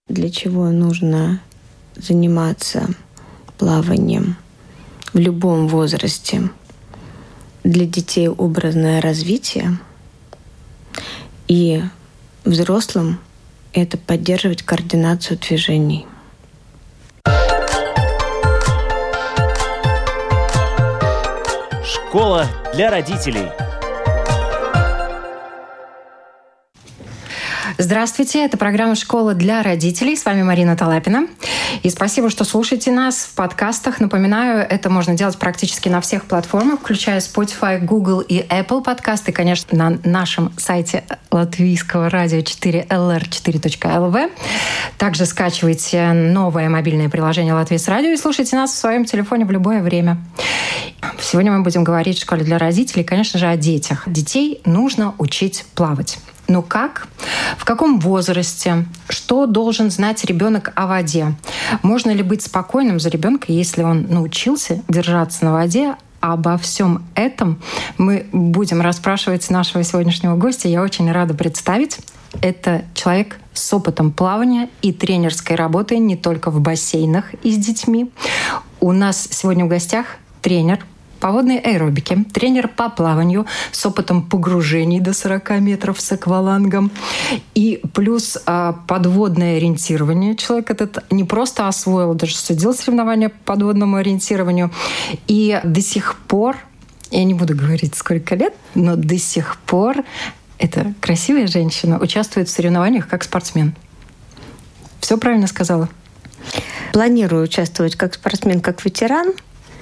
для чего нужно заниматься плаванием в любом возрасте. Для детей образное развитие, и взрослым это поддерживать координацию движений. Школа для родителей. Здравствуйте, это программа «Школа для родителей». С вами Марина Талапина. И спасибо, что слушаете нас в подкастах. Напоминаю, это можно делать практически на всех платформах, включая Spotify, Google и Apple подкасты. И, конечно, на нашем сайте латвийского радио 4lr4.lv. Также скачивайте новое мобильное приложение «Латвийс радио» и слушайте нас в своем телефоне в любое время. Сегодня мы будем говорить в «Школе для родителей», конечно же, о детях. Детей нужно учить плавать. Но как? В каком возрасте? Что должен знать ребенок о воде? Можно ли быть спокойным за ребенка, если он научился держаться на воде? Обо всем этом мы будем расспрашивать нашего сегодняшнего гостя. Я очень рада представить. Это человек с опытом плавания и тренерской работы не только в бассейнах и с детьми. У нас сегодня в гостях тренер по водной аэробике, тренер по плаванию с опытом погружений до 40 метров с аквалангом. И плюс подводное ориентирование. Человек этот не просто освоил, даже судил соревнования по подводному ориентированию. И до сих пор, я не буду говорить, сколько лет, но до сих пор эта красивая женщина участвует в соревнованиях как спортсмен. Все правильно сказала? Планирую участвовать как спортсмен, как ветеран.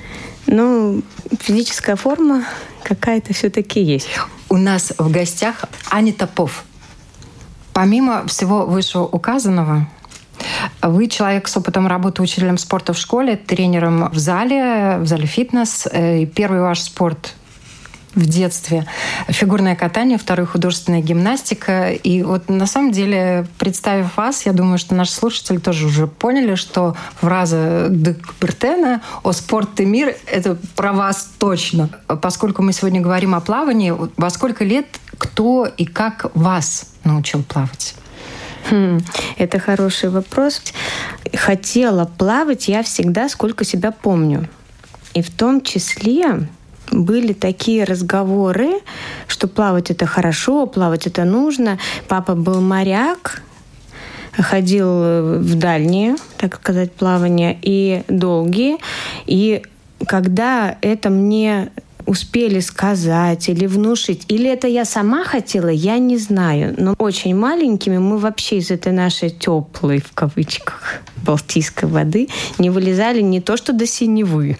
Но физическая форма какая-то все-таки есть. У нас в гостях Аня Попов. Помимо всего вышеуказанного, вы человек с опытом работы учителем спорта в школе, тренером в зале фитнес. И первый ваш спорт в детстве — фигурное катание, второй — художественная гимнастика. И вот на самом деле, представив вас, я думаю, что наши слушатели тоже уже поняли, что фраза де Кубертена «О спорт и мир» — это про вас точно. Поскольку мы сегодня говорим о плавании, во сколько лет кто и как вас научил плавать? Это хороший вопрос. Хотела плавать я всегда, сколько себя помню. И в том числе были такие разговоры, что плавать — это хорошо, плавать — это нужно. Папа был моряк, ходил в дальние, так сказать, плавания, и долгие. И когда это мне успели сказать или внушить, или это я сама хотела, я не знаю. Но очень маленькими мы вообще из этой нашей теплой, в кавычках, балтийской воды не вылезали не то что до синевы,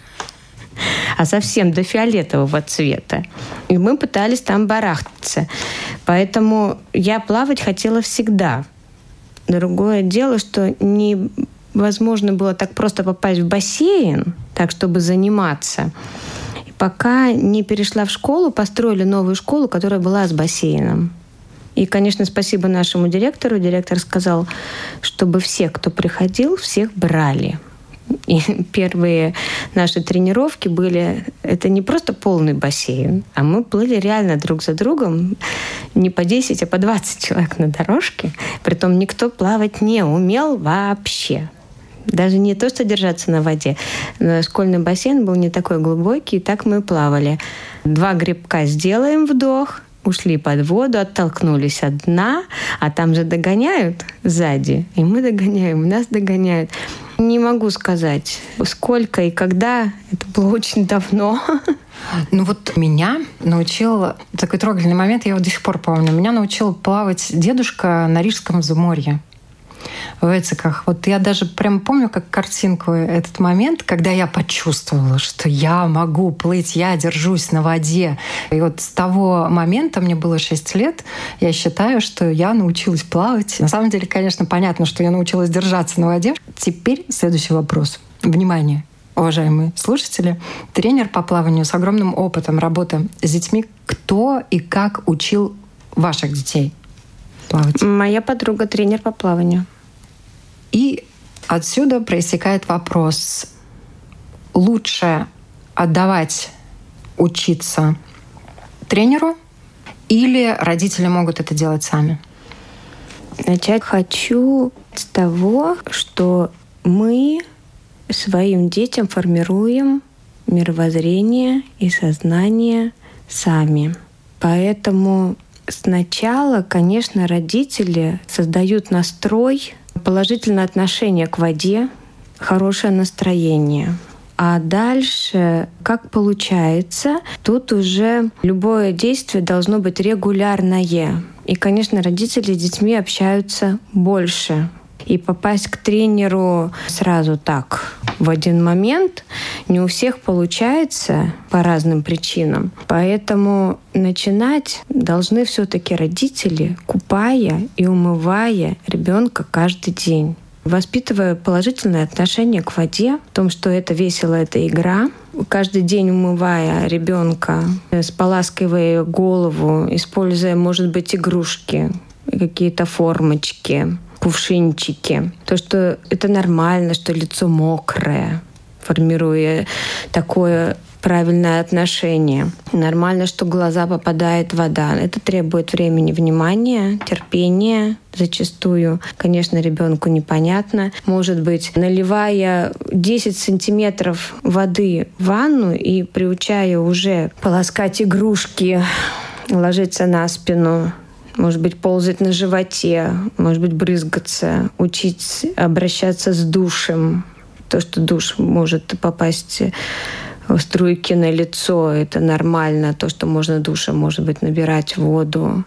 а совсем до фиолетового цвета. И мы пытались там барахтаться. Поэтому я плавать хотела всегда. Другое дело, что невозможно было так просто попасть в бассейн, так, чтобы заниматься. И пока не перешла в школу, построили новую школу, которая была с бассейном. И, конечно, спасибо нашему директору. Директор сказал, чтобы все, кто приходил, всех брали. И первые наши тренировки были... Это не просто полный бассейн, а мы плыли реально друг за другом не по 10, а по 20 человек на дорожке. Притом никто плавать не умел вообще. Даже не то, что держаться на воде. Школьный бассейн был не такой глубокий, и так мы плавали. 2 грибка сделаем вдох, ушли под воду, оттолкнулись от дна, а там же догоняют сзади. И мы догоняем, нас догоняют. Не могу сказать, сколько и когда. Это было очень давно. Ну вот меня научил, такой трогательный момент, я его до сих пор помню, меня научил плавать дедушка на Рижском взморье. В Эциках. Вот я даже прям помню, как картинку, этот момент, когда я почувствовала, что я могу плыть, я держусь на воде. И вот с того момента, мне было 6 лет, я считаю, что я научилась плавать. На самом деле, конечно, понятно, что я научилась держаться на воде. Теперь следующий вопрос. Внимание, уважаемые слушатели. Тренер по плаванию с огромным опытом работы с детьми. Кто и как учил ваших детей плавать? Моя подруга тренер по плаванию. И отсюда проистекает вопрос. Лучше отдавать учиться тренеру или родители могут это делать сами? Начать хочу с того, что мы своим детям формируем мировоззрение и сознание сами. Поэтому сначала, конечно, родители создают настрой, положительное отношение к воде, хорошее настроение. А дальше, как получается, тут уже любое действие должно быть регулярное. И, конечно, родители с детьми общаются больше. И попасть к тренеру сразу так, в один момент, не у всех получается по разным причинам. Поэтому начинать должны все-таки родители, купая и умывая ребенка каждый день, воспитывая положительное отношение к воде, в том, что это весело, это игра. Каждый день умывая ребенка, споласкивая голову, используя, может быть, игрушки, какие-то формочки, кувшинчики. То, что это нормально, что лицо мокрое, формируя такое правильное отношение. Нормально, что в глаза попадает вода. Это требует времени, внимания, терпения зачастую. Конечно, ребенку непонятно. Может быть, наливая 10 сантиметров воды в ванну и приучая уже полоскать игрушки, ложиться на спину, может быть, ползать на животе, может быть, брызгаться, учить обращаться с душем. То, что душ может попасть струйки на лицо, это нормально. То, что можно душем, может быть, набирать воду.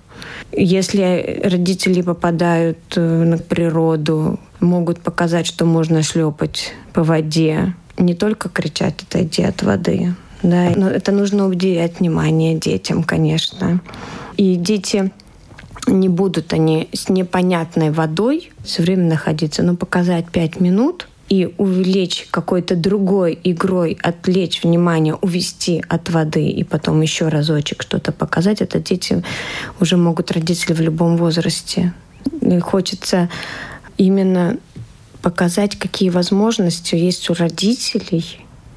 Если родители попадают на природу, могут показать, что можно шлепать по воде. Не только кричать «отойди от воды». Да? Но это нужно уделять внимание детям, конечно. И дети не будут они с непонятной водой все время находиться, но показать 5 минут и увлечь какой-то другой игрой, отвлечь внимание, увести от воды и потом еще разочек что-то показать, это дети уже могут родители в любом возрасте. И хочется именно показать, какие возможности есть у родителей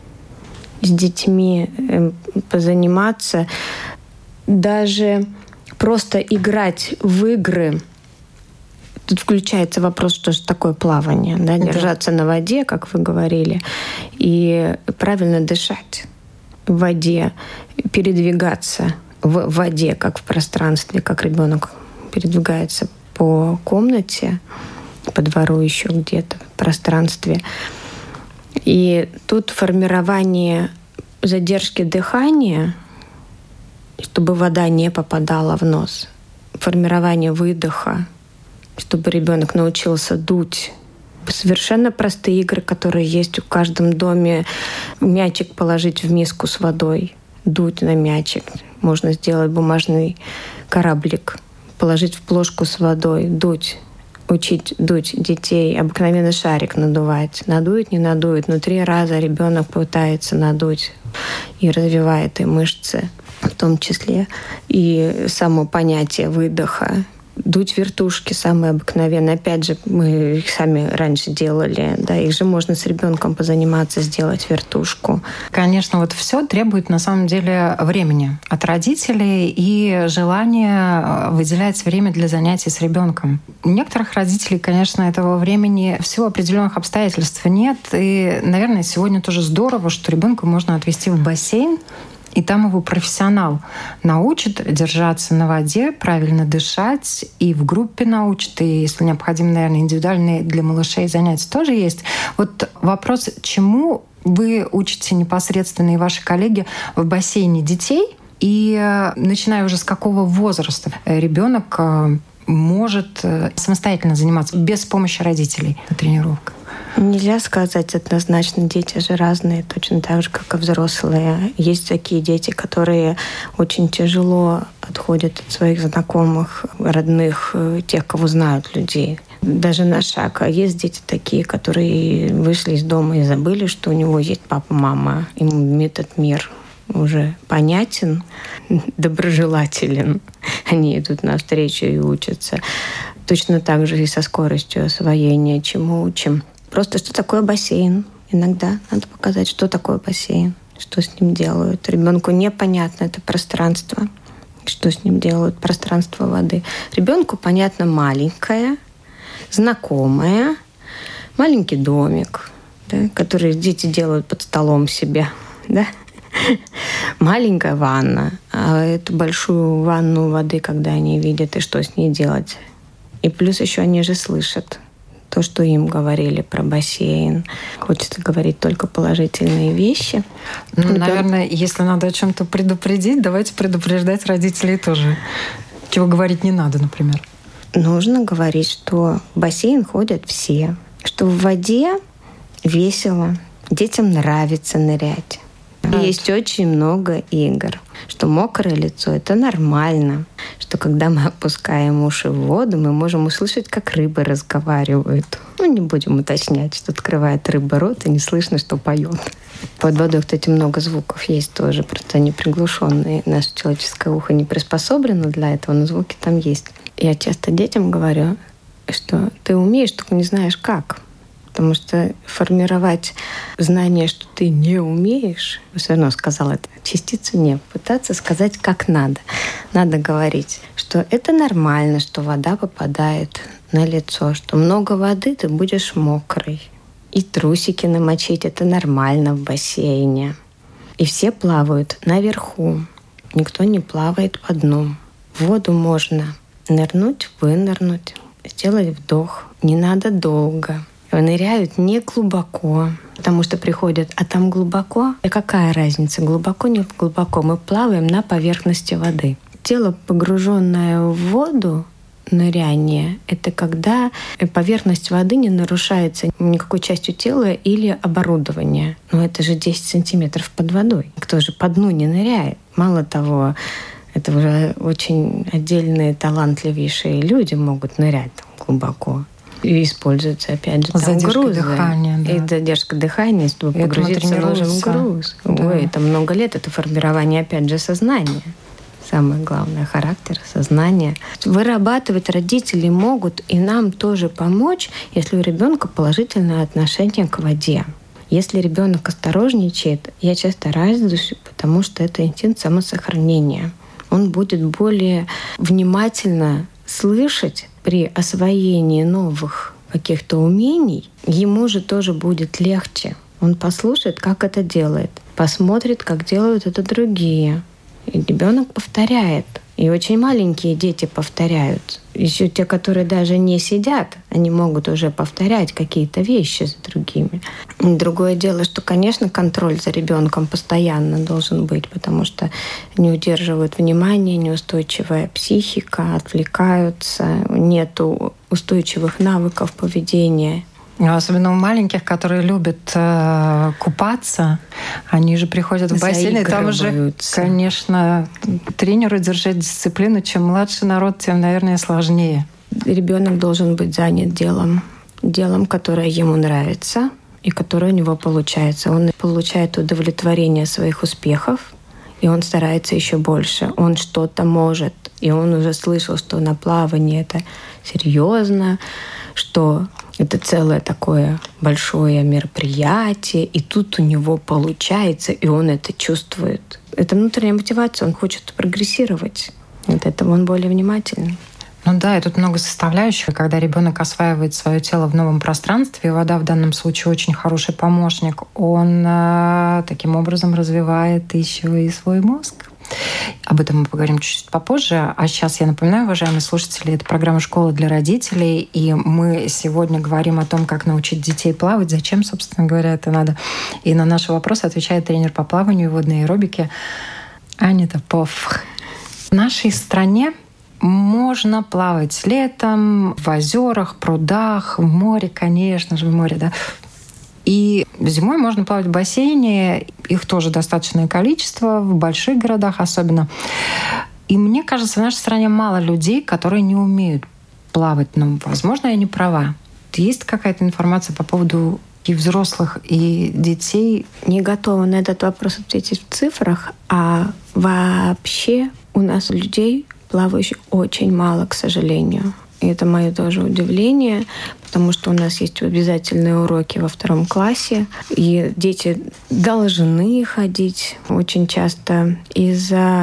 с детьми позаниматься, даже просто играть в игры. Тут включается вопрос, что же такое плавание. Да? Держаться на воде, как вы говорили, и правильно дышать в воде, передвигаться в воде, как в пространстве, как ребенок передвигается по комнате, по двору еще где-то, в пространстве. И тут формирование задержки дыхания, чтобы вода не попадала в нос, формирование выдоха, чтобы ребенок научился дуть. Совершенно простые игры, которые есть в каждом доме. Мячик положить в миску с водой, дуть на мячик. Можно сделать бумажный кораблик, положить в плошку с водой, дуть. Учить дуть детей, обыкновенно шарик надувать. Надует, не надует, но 3 раза ребенок пытается надуть и развивает и мышцы, в том числе и само понятие выдоха. Дуть вертушки самые обыкновенные. Опять же, мы их сами раньше делали. Да, их же можно с ребенком позаниматься, сделать вертушку. Конечно, вот все требует на самом деле времени от родителей и желания выделять время для занятий с ребенком. У некоторых родителей, конечно, этого времени в силу определенных обстоятельств нет. И, наверное, сегодня тоже здорово, что ребенка можно отвезти в бассейн, и там его профессионал научит держаться на воде, правильно дышать, и в группе научит, и, если необходимо, наверное, индивидуальные для малышей занятия тоже есть. Вот вопрос, чему вы учите непосредственно и ваши коллеги в бассейне детей, и начиная уже с какого возраста ребенок может самостоятельно заниматься без помощи родителей на тренировках? Нельзя сказать однозначно, дети же разные, точно так же, как и взрослые. Есть такие дети, которые очень тяжело отходят от своих знакомых, родных, тех, кого знают людей, даже на шаг. А есть дети такие, которые вышли из дома и забыли, что у него есть папа, мама. Им этот мир уже понятен, доброжелателен. Они идут навстречу и учатся. Точно так же и со скоростью освоения, чему учим. Просто что такое бассейн? Иногда надо показать, что такое бассейн, что с ним делают. Ребенку непонятно это пространство, что с ним делают, пространство воды. Ребенку понятно маленькое, знакомая, маленький домик, да, который дети делают под столом себе, да? Маленькая ванна, а эту большую ванну воды, когда они видят, и что с ней делать. И плюс еще они же слышат то, что им говорили про бассейн. Хочется говорить только положительные вещи. Наверное, если надо о чем-то предупредить, давайте предупреждать родителей тоже. Чего говорить не надо, например. Нужно говорить, что в бассейн ходят все, что в воде весело, детям нравится нырять. Есть очень много игр, что мокрое лицо — это нормально, что когда мы опускаем уши в воду, мы можем услышать, как рыбы разговаривают. Не будем уточнять, что открывает рыба рот, и не слышно, что поет. Под водой, кстати, много звуков есть тоже, просто они приглушенные. Наше человеческое ухо не приспособлено для этого, но звуки там есть. Я часто детям говорю, что ты умеешь, только не знаешь как. Потому что формировать знание, что ты не умеешь, все равно сказала это, частицу не, пытаться сказать, как надо. Надо говорить, что это нормально, что вода попадает на лицо, что много воды, ты будешь мокрый. И трусики намочить — это нормально в бассейне. И все плавают наверху. Никто не плавает по дну. В воду можно нырнуть, вынырнуть, сделать вдох. Не надо долго. Ныряют не глубоко, потому что приходят, а там глубоко. И какая разница, глубоко, не глубоко? Мы плаваем на поверхности воды. Тело, погруженное в воду, ныряние — это когда поверхность воды не нарушается никакой частью тела или оборудования. Но это же 10 сантиметров под водой. Кто же по дну не ныряет? Мало того, это уже очень отдельные талантливейшие люди могут нырять там глубоко. И используется, опять же, там грузы. Дыхания, да. И задержка дыхания, чтобы погрузиться в груз. Да. Ой, это много лет, это формирование, опять же, сознания. Самое главное — характер, сознание. Вырабатывать родители могут и нам тоже помочь, если у ребенка положительное отношение к воде. Если ребенок осторожничает, я часто радуюсь, потому что это инстинкт самосохранения. Он будет более внимательно слышать при освоении новых каких-то умений. Ему же тоже будет легче. Он послушает, как это делает, посмотрит, как делают это другие. И ребенок повторяет. И очень маленькие дети повторяют. Еще те, которые даже не сидят, они могут уже повторять какие-то вещи за другими. И другое дело, что, конечно, контроль за ребенком постоянно должен быть, потому что не удерживают внимание, неустойчивая психика, отвлекаются, нету устойчивых навыков поведения. Особенно у маленьких, которые любят купаться, они же приходят в бассейн, и там уже, конечно, тренеру держать дисциплину. Чем младше народ, тем, наверное, сложнее. Ребенок должен быть занят делом, которое ему нравится и которое у него получается. Он получает удовлетворение своих успехов, и он старается еще больше. Он что-то может, и он уже слышал, что на плавании это серьезно, что это целое такое большое мероприятие, и тут у него получается, и он это чувствует. Это внутренняя мотивация, он хочет прогрессировать. От этого он более внимательный. Ну да, и тут много составляющих. Когда ребенок осваивает свое тело в новом пространстве, вода в данном случае очень хороший помощник, он таким образом развивает еще и свой мозг. Об этом мы поговорим чуть-чуть попозже. А сейчас я напоминаю, уважаемые слушатели, это программа «Школа для родителей», и мы сегодня говорим о том, как научить детей плавать, зачем, собственно говоря, это надо. И на наши вопросы отвечает тренер по плаванию и водной аэробике Аня Попов. В нашей стране можно плавать летом в озерах, прудах, в море, конечно же, в море, да. И зимой можно плавать в бассейне, их тоже достаточное количество, в больших городах особенно. И мне кажется, в нашей стране мало людей, которые не умеют плавать. Но, возможно, я не права. Есть какая-то информация по поводу и взрослых, и детей? Не готова на этот вопрос ответить в цифрах, а вообще у нас людей плавающих очень мало, к сожалению. И это мое тоже удивление, потому что у нас есть обязательные уроки во 2 классе, и дети должны ходить очень часто из-за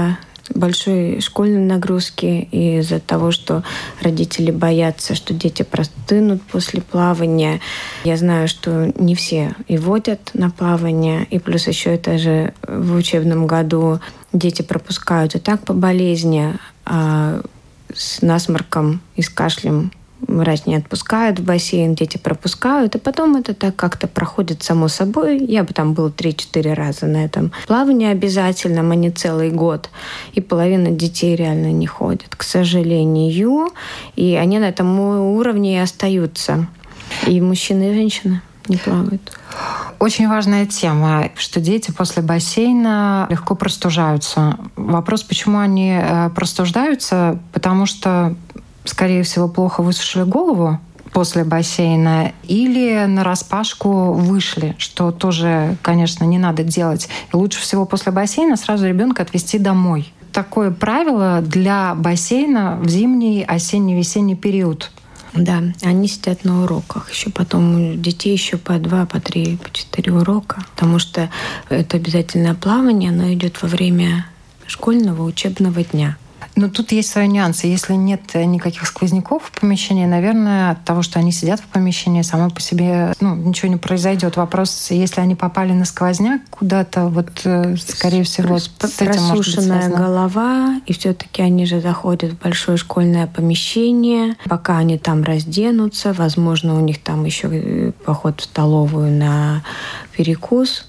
большой школьной нагрузки и из-за того, что родители боятся, что дети простынут после плавания. Я знаю, что не все и водят на плавание, и плюс еще это же в учебном году дети пропускают и так по болезни, а с насморком и с кашлем врач не отпускает в бассейн, дети пропускают, и потом это так как-то проходит само собой. Я бы там был 3-4 раза на этом плавании обязательном, а не целый год. И половина детей реально не ходят, к сожалению. И они на этом уровне и остаются. И мужчины, и женщины не плавают. Очень важная тема, что дети после бассейна легко простужаются. Вопрос, почему они простуждаются? Потому что скорее всего, плохо высушили голову после бассейна или нараспашку вышли, что тоже, конечно, не надо делать. И лучше всего после бассейна сразу ребенка отвезти домой. Такое правило для бассейна в зимний, осенний, весенний период. Да, они сидят на уроках. Еще потом у детей еще по 2, по 3, по 4 урока. Потому что это обязательное плавание, оно идет во время школьного учебного дня. Но тут есть свои нюансы. Если нет никаких сквозняков в помещении, наверное, от того, что они сидят в помещении, само по себе ничего не произойдет. Вопрос, если они попали на сквозняк куда-то, скорее всего, с этим просушенная голова, и все-таки они же заходят в большое школьное помещение. Пока они там разденутся, возможно, у них там еще поход в столовую на перекус.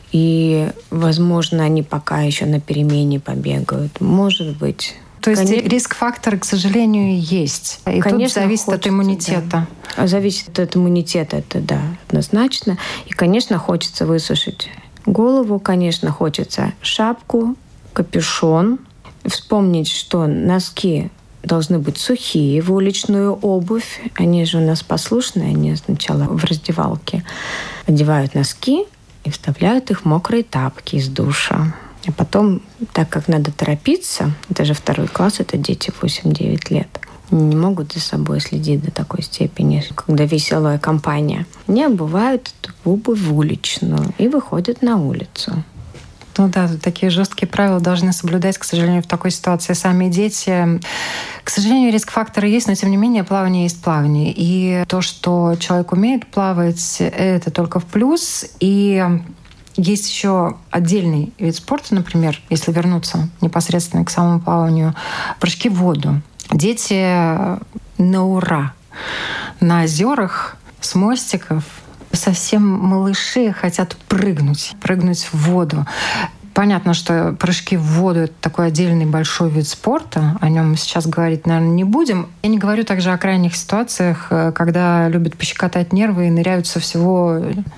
И, возможно, они пока еще на перемене побегают. Может быть. То есть риск-фактор, к сожалению, есть. И конечно, тут зависит от иммунитета. Да. Зависит от иммунитета, это да, однозначно. И, конечно, хочется высушить голову, конечно, хочется шапку, капюшон. Вспомнить, что носки должны быть сухие в уличную обувь. Они же у нас послушные, они сначала в раздевалке одевают носки и вставляют их в мокрые тапки из душа. А потом, так как надо торопиться, это же 2 класс, это дети 8-9 лет, не могут за собой следить до такой степени, когда веселая компания. Они обувают эту обувь в уличную и выходят на улицу. Ну да, такие жесткие правила должны соблюдать, к сожалению, в такой ситуации сами дети. К сожалению, риск-факторы есть, но тем не менее плавание есть плавание. И то, что человек умеет плавать, это только в плюс. И есть еще отдельный вид спорта, например, если вернуться непосредственно к самому плаванию, прыжки в воду. Дети на ура на озерах с мостиков совсем малыши хотят прыгнуть в воду. Понятно, что прыжки в воду — это такой отдельный большой вид спорта. О нем мы сейчас говорить, наверное, не будем. Я не говорю также о крайних ситуациях, когда любят пощекотать нервы и ныряют со всего,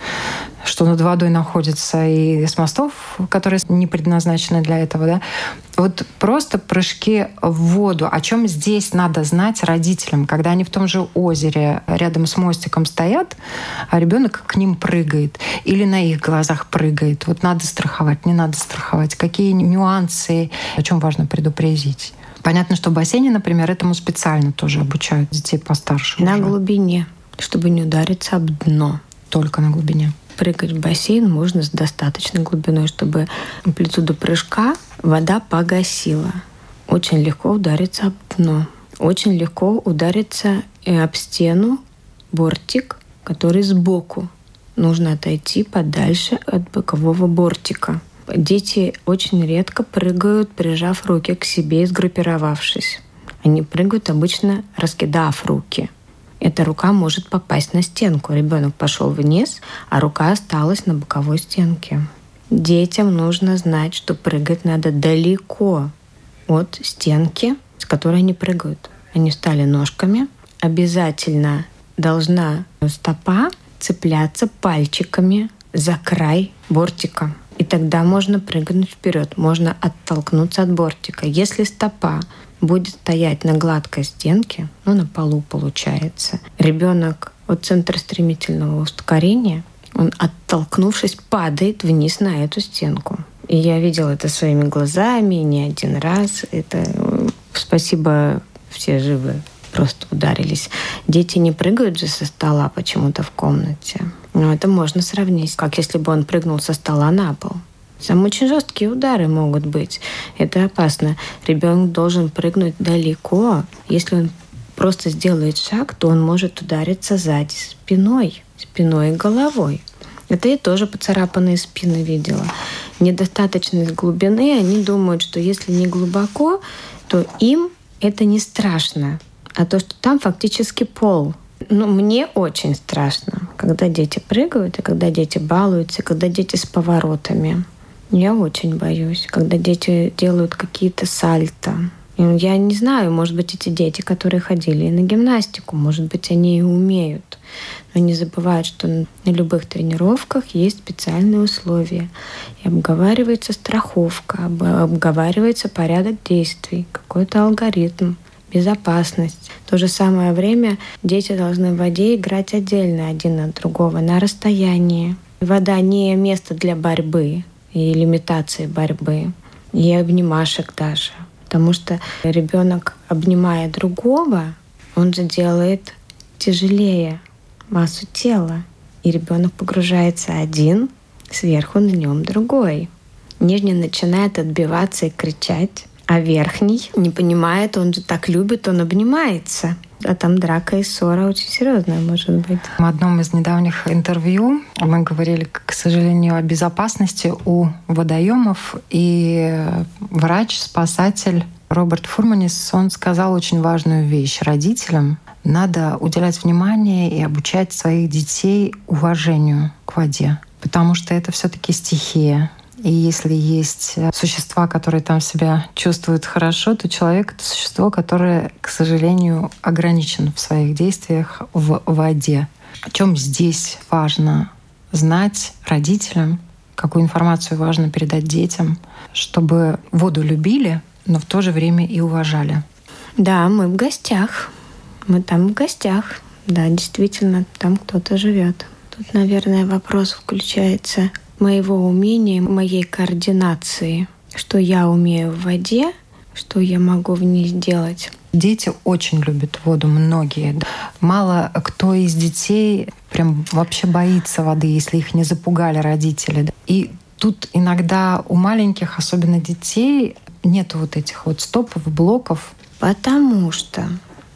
что над водой находится, и с мостов, которые не предназначены для этого. Да? Вот просто прыжки в воду. О чем здесь надо знать родителям, когда они в том же озере рядом с мостиком стоят, а ребенок к ним прыгает или на их глазах прыгает. Вот надо страховать, не надо страховать. Какие нюансы, о чем важно предупредить. Понятно, что в бассейне, например, этому специально тоже обучают детей постарше. На глубине, чтобы не удариться об дно. Только на глубине. Прыгать в бассейн можно с достаточной глубиной, чтобы амплитуду прыжка вода погасила. Очень легко удариться об дно. Очень легко удариться об стену, бортик, который сбоку. Нужно отойти подальше от бокового бортика. Дети очень редко прыгают, прижав руки к себе и сгруппировавшись. Они прыгают обычно, раскидав руки. Эта рука может попасть на стенку. Ребенок пошел вниз, а рука осталась на боковой стенке. Детям нужно знать, что прыгать надо далеко от стенки, с которой они прыгают. Они встали ножками. Обязательно должна стопа цепляться пальчиками за край бортика. И тогда можно прыгнуть вперед, можно оттолкнуться от бортика. Если стопа будет стоять на гладкой стенке, на полу получается, ребенок от центра стремительного ускорения, он, оттолкнувшись, падает вниз на эту стенку. И я видела это своими глазами не один раз. Это спасибо, все живы, просто ударились. Дети не прыгают же со стола почему-то в комнате. Но это можно сравнить, как если бы он прыгнул со стола на пол. Там очень жесткие удары могут быть. Это опасно. Ребенок должен прыгнуть далеко. Если он просто сделает шаг, то он может удариться сзади спиной и головой. Это я тоже поцарапанные спины видела. Недостаточность глубины. Они думают, что если не глубоко, то им это не страшно. А то, что там фактически пол. Мне очень страшно, когда дети прыгают, и когда дети балуются, и когда дети с поворотами. Я очень боюсь, когда дети делают какие-то сальто. Я не знаю, может быть, эти дети, которые ходили на гимнастику, может быть, они и умеют. Но не забывают, что на любых тренировках есть специальные условия. И обговаривается страховка, обговаривается порядок действий, какой-то алгоритм, безопасность. В то же самое время дети должны в воде играть отдельно один от другого, на расстоянии. Вода не место для борьбы и имитации борьбы, и обнимашек даже. Потому что ребенок, обнимая другого, он же делает тяжелее массу тела. И ребенок погружается один, сверху на нем другой. Нижний начинает отбиваться и кричать, а верхний не понимает, он же так любит, он обнимается. А там драка и ссора очень серьезная может быть. В одном из недавних интервью мы говорили, к сожалению, о безопасности у водоемов. И врач, спасатель Роберт Фурманис, он сказал очень важную вещь. Родителям надо уделять внимание и обучать своих детей уважению к воде. Потому что это все-таки стихия. И если есть существа, которые там себя чувствуют хорошо, то человек — это существо, которое, к сожалению, ограничено в своих действиях в воде. О чем здесь важно знать родителям, какую информацию важно передать детям, чтобы воду любили, но в то же время и уважали. Да, мы в гостях. Мы там в гостях. Да, действительно, там кто-то живет. Тут, наверное, вопрос включается моего умения, моей координации. Что я умею в воде, что я могу в ней сделать. Дети очень любят воду, многие. Мало кто из детей прям вообще боится воды, если их не запугали родители. И тут иногда у маленьких, особенно детей, нет вот этих вот стопов, блоков. Потому что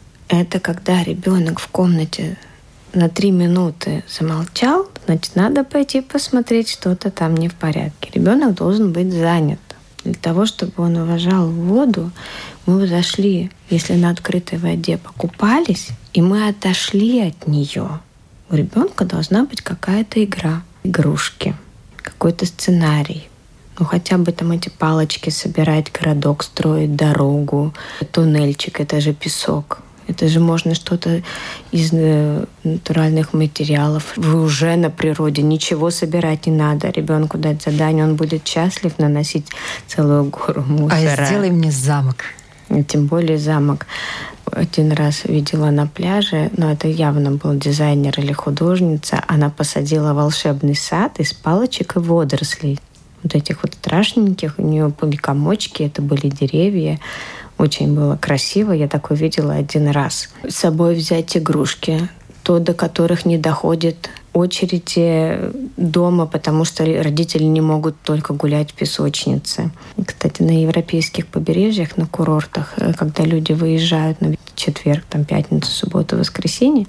это когда ребенок в комнате на 3 минуты замолчал, значит, надо пойти посмотреть, что-то там не в порядке. Ребенок должен быть занят. Для того, чтобы он уважал воду, мы зашли, если на открытой воде покупались, и мы отошли от нее. У ребенка должна быть какая-то игра, игрушки, какой-то сценарий. Хотя бы там эти палочки собирать, городок строить, дорогу, туннельчик, это же песок. Это же можно что-то из натуральных материалов. Вы уже на природе, ничего собирать не надо. Ребенку дать задание, он будет счастлив наносить целую гору мусора. А сделай мне замок. И тем более замок. Один раз видела на пляже, но это явно был дизайнер или художница. Она посадила волшебный сад из палочек и водорослей. Вот этих вот страшненьких. У нее были комочки, это были деревья. Очень было красиво. Я такое видела один раз. С собой взять игрушки, то, до которых не доходит очереди дома, потому что родители не могут только гулять в песочнице. Кстати, на европейских побережьях, на курортах, когда люди выезжают на четверг, там, пятницу, субботу, воскресенье,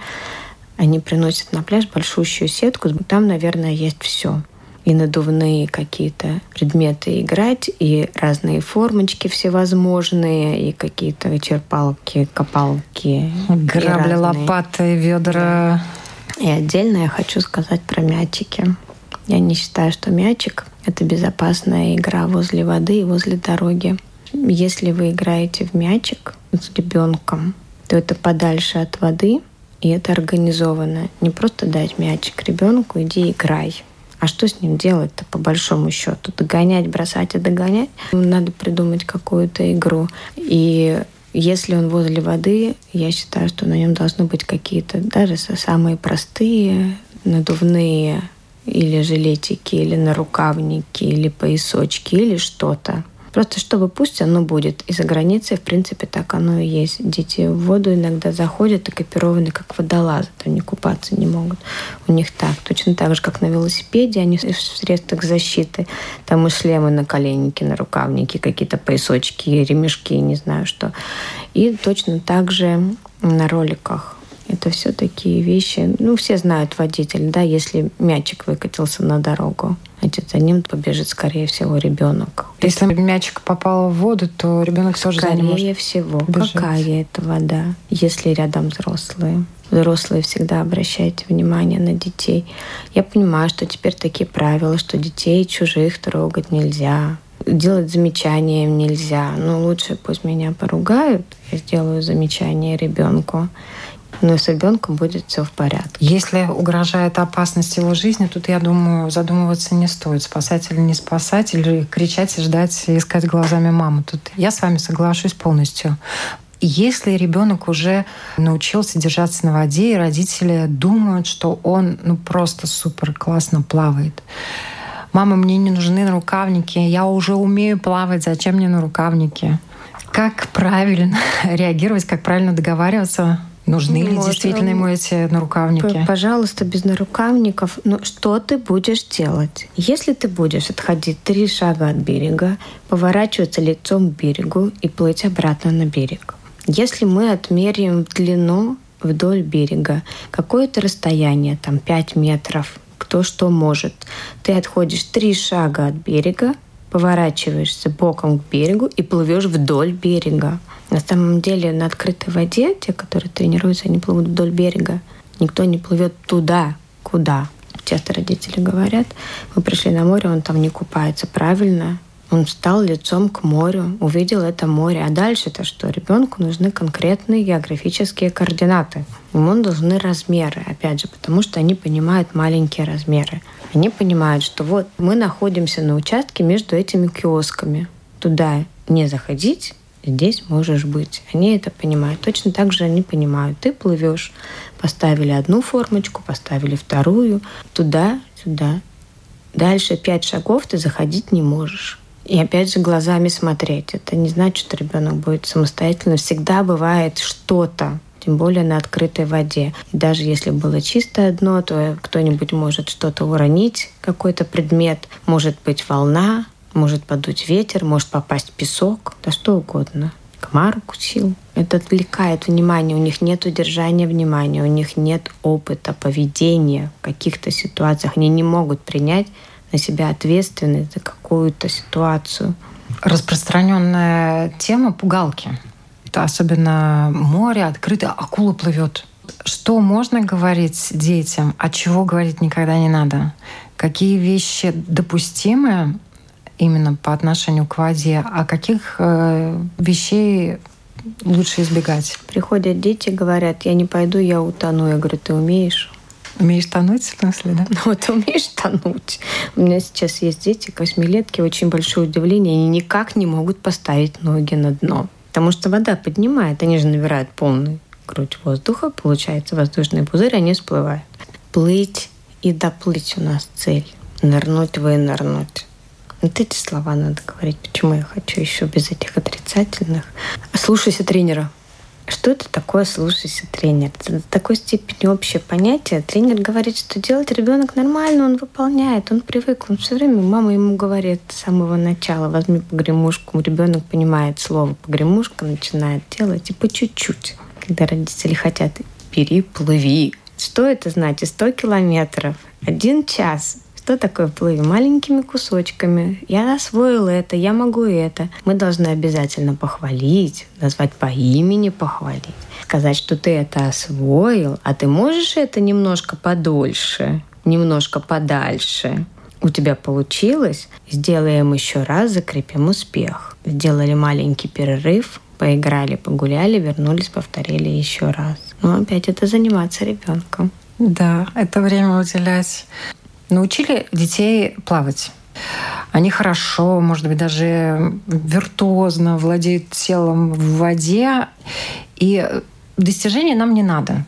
они приносят на пляж большущую сетку. Там, наверное, есть все. И надувные какие-то предметы играть, и разные формочки всевозможные, и какие-то черпалки, копалки. Грабли, лопаты, ведра. Да. И отдельно я хочу сказать про мячики. Я не считаю, что мячик — это безопасная игра возле воды и возле дороги. Если вы играете в мячик с ребенком, то это подальше от воды, и это организованно. Не просто дать мячик ребенку, иди играй. А что с ним делать-то, по большому счету? Догонять, бросать и догонять? Надо придумать какую-то игру. И если он возле воды, я считаю, что на нем должны быть какие-то даже самые простые надувные или жилетики, или нарукавники, или поясочки, или что-то. Просто чтобы пусть оно будет. И за границей, в принципе, так оно и есть. Дети в воду иногда заходят, экипированы как водолазы, они купаться не могут. У них так. Точно так же, как на велосипеде, они в средствах защиты. Там и шлемы на коленники, на рукавники, какие-то поясочки, ремешки, не знаю что. И точно так же на роликах. Это все такие вещи. Все знают водитель, да, если мячик выкатился на дорогу, за ним побежит, скорее всего, ребенок. Если мячик попал в воду, то ребенок тоже за ним может скорее всего. бежать. Какая это вода, если рядом взрослые? Взрослые всегда обращайте внимание на детей. Я понимаю, что теперь такие правила, что детей чужих трогать нельзя, делать замечания им нельзя. Но лучше пусть меня поругают, я сделаю замечание ребенку. Но с ребенком будет все в порядке. Если угрожает опасность его жизни, тут, я думаю, задумываться не стоит. Спасать или не спасать, или кричать и ждать, и искать глазами маму. Тут я с вами соглашусь полностью. Если ребенок уже научился держаться на воде, и родители думают, что он просто супер классно плавает. Мама, мне не нужны нарукавники, я уже умею плавать, зачем мне нарукавники? Как правильно реагировать, как правильно договариваться? Нужны ли действительно ему эти нарукавники? Пожалуйста, без нарукавников. Но что ты будешь делать? Если ты будешь отходить 3 шага от берега, поворачиваться лицом к берегу и плыть обратно на берег. Если мы отмеряем длину вдоль берега, какое-то расстояние, 5 метров, кто что может, ты отходишь 3 шага от берега, поворачиваешься боком к берегу и плывешь вдоль берега. На самом деле на открытой воде те, которые тренируются, они плывут вдоль берега. Никто не плывет туда, куда. Часто родители говорят, мы пришли на море, он там не купается. Правильно. Он встал лицом к морю, увидел это море. А дальше-то что? Ребенку нужны конкретные географические координаты. Ему нужны размеры, опять же, потому что они понимают маленькие размеры. Они понимают, что вот мы находимся на участке между этими киосками. Туда не заходить, здесь можешь быть. Они это понимают. Точно так же они понимают. Ты плывешь. Поставили одну формочку, поставили вторую. Туда, сюда. Дальше 5 шагов ты заходить не можешь. И опять же глазами смотреть. Это не значит, что ребенок будет самостоятельно. Всегда бывает что-то, тем более на открытой воде. И даже если было чистое дно, то кто-нибудь может что-то уронить, какой-то предмет. Может быть волна, может подуть ветер, может попасть песок, да что угодно. Комар укусил. Это отвлекает внимание. У них нет удержания внимания, у них нет опыта поведения в каких-то ситуациях. Они не могут принять на себя ответственность за какую-то ситуацию. Распространенная тема — пугалки. Это особенно море, открытое, акула плывет. Что можно говорить детям, а чего говорить никогда не надо? Какие вещи допустимы именно по отношению к воде, а каких вещей лучше избегать? Приходят дети, говорят, я не пойду, я утону. Я говорю, ты умеешь? Умеешь тонуть, в смысле, да? Ну, ты умеешь тонуть. У меня сейчас есть дети, 8-летки, очень большое удивление. Они никак не могут поставить ноги на дно. Потому что вода поднимает, они же набирают полную грудь воздуха, получается воздушный пузырь, они всплывают. Плыть и доплыть у нас цель. Нырнуть, вынырнуть. Вот эти слова надо говорить. Почему я хочу еще без этих отрицательных? Слушайся тренера. Что это такое «слушайся тренера»? Это до такой степени общее понятие. Тренер говорит, что делать ребенок нормально, он выполняет, он привык. Он все время, мама ему говорит с самого начала, возьми погремушку. Ребенок понимает слово погремушка, начинает делать и по чуть-чуть. Когда родители хотят, бери, плыви. Что это значит? 100 километров, 1 час. Что такое плыви? Маленькими кусочками. Я освоил это, я могу это. Мы должны обязательно похвалить, назвать по имени, похвалить. Сказать, что ты это освоил, а ты можешь это немножко подольше, немножко подальше. У тебя получилось? Сделаем еще раз, закрепим успех. Сделали маленький перерыв, поиграли, погуляли, вернулись, повторили еще раз. Но опять это заниматься ребенком. Да, это время уделять. Научили детей плавать. Они хорошо, может быть, даже виртуозно владеют телом в воде. И достижений нам не надо.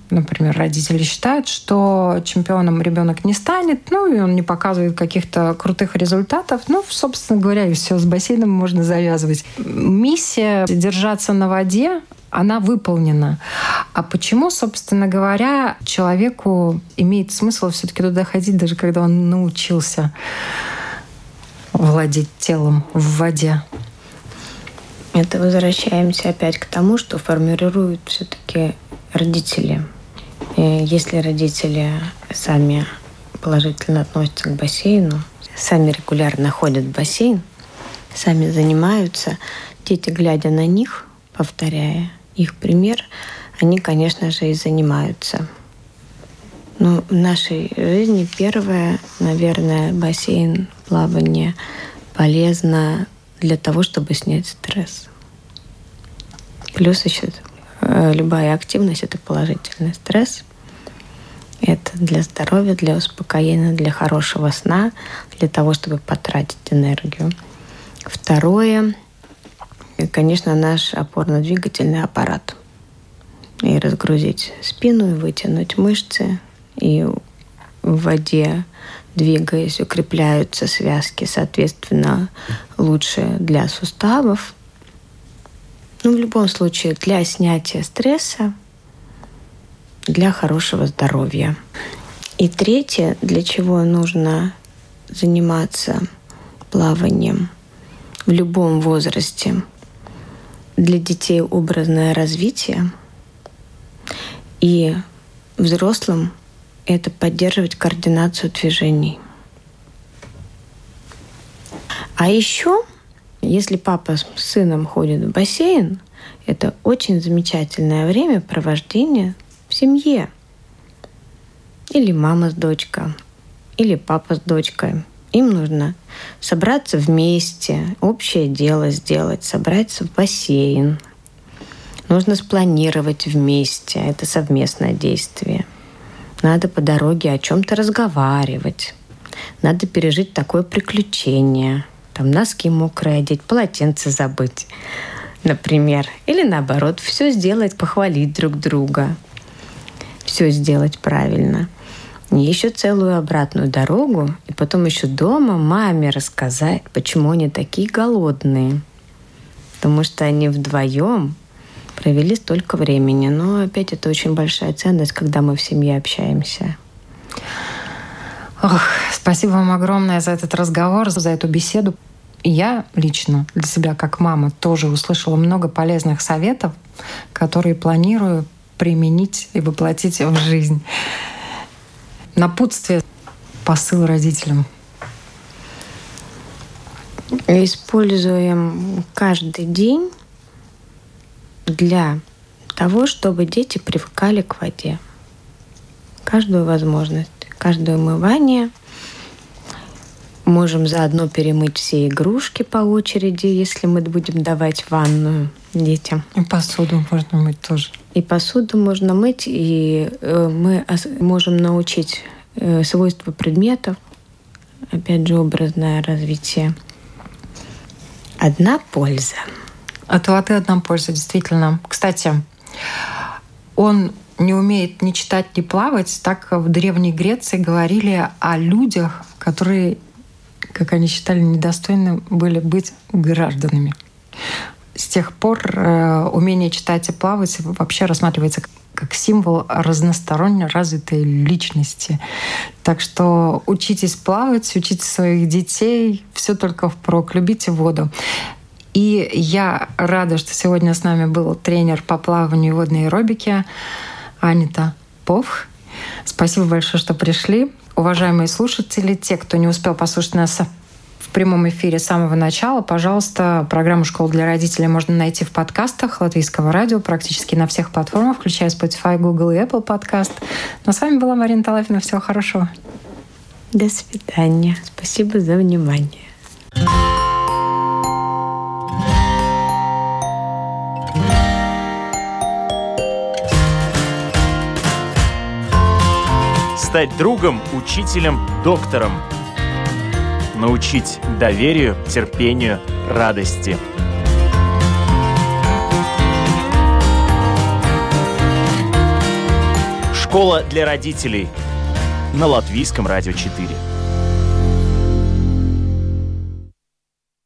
например, родители считают, что чемпионом ребенок не станет, и он не показывает каких-то крутых результатов. Собственно говоря, и все, с бассейном можно завязывать. Миссия держаться на воде, она выполнена. А почему, собственно говоря, человеку имеет смысл все-таки туда ходить, даже когда он научился владеть телом в воде? Это возвращаемся опять к тому, что формируют все-таки родители. И если родители сами положительно относятся к бассейну, сами регулярно ходят в бассейн, сами занимаются, дети, глядя на них, повторяя их пример, они, конечно же, и занимаются. В нашей жизни первое, наверное, бассейн, плавание полезно для того, чтобы снять стресс. Плюс еще любая активность – это положительный стресс. Это для здоровья, для успокоения, для хорошего сна, для того, чтобы потратить энергию. Второе – конечно, наш опорно-двигательный аппарат. И разгрузить спину, и вытянуть мышцы. И в воде, двигаясь, укрепляются связки, соответственно, лучше для суставов. В любом случае, для снятия стресса, для хорошего здоровья. И третье, для чего нужно заниматься плаванием в любом возрасте. Для детей образное развитие. И взрослым это поддерживать координацию движений. А еще, если папа с сыном ходит в бассейн, это очень замечательное времяпровождение в семье. Или мама с дочкой, или папа с дочкой. Им нужно собраться вместе, общее дело сделать, собраться в бассейн. Нужно спланировать вместе. Это совместное действие. Надо по дороге о чем-то разговаривать. Надо пережить такое приключение. Носки мокрые одеть, полотенце забыть, например. Или наоборот, все сделать, похвалить друг друга. Все сделать правильно. И еще целую обратную дорогу. И потом еще дома маме рассказать, почему они такие голодные. Потому что они вдвоем провели столько времени. Но опять это очень большая ценность, когда мы в семье общаемся. Спасибо вам огромное за этот разговор, за эту беседу. Я лично для себя, как мама, тоже услышала много полезных советов, которые планирую применить и воплотить в жизнь. Напутствие, посыл родителям. Используем каждый день для того, чтобы дети привыкали к воде. Каждую возможность, каждое умывание. Можем заодно перемыть все игрушки по очереди, если мы будем давать ванную детям. И посуду можно мыть тоже. И посуду можно мыть, и мы можем научить свойства предметов. Опять же, образное развитие. Одна польза. От воды одна польза, действительно. Кстати, он не умеет ни читать, ни плавать. Так в Древней Греции говорили о людях, которые, как они считали, недостойны были быть гражданами. С тех пор умение читать и плавать вообще рассматривается как символ разносторонне развитой личности. Так что учитесь плавать, учите своих детей, все только впрок, любите воду. И я рада, что сегодня с нами был тренер по плаванию и водной аэробике Анита Повх. Спасибо большое, что пришли. Уважаемые слушатели, те, кто не успел послушать нас в прямом эфире с самого начала, пожалуйста, программу «Школа для родителей» можно найти в подкастах Латвийского радио практически на всех платформах, включая Spotify, Google и Apple Podcast. Но с вами была Марина Талапина. Всего хорошего. До свидания. Спасибо за внимание. Стать другом, учителем, доктором. Научить доверию, терпению, радости. Школа для родителей на Латвийском радио 4.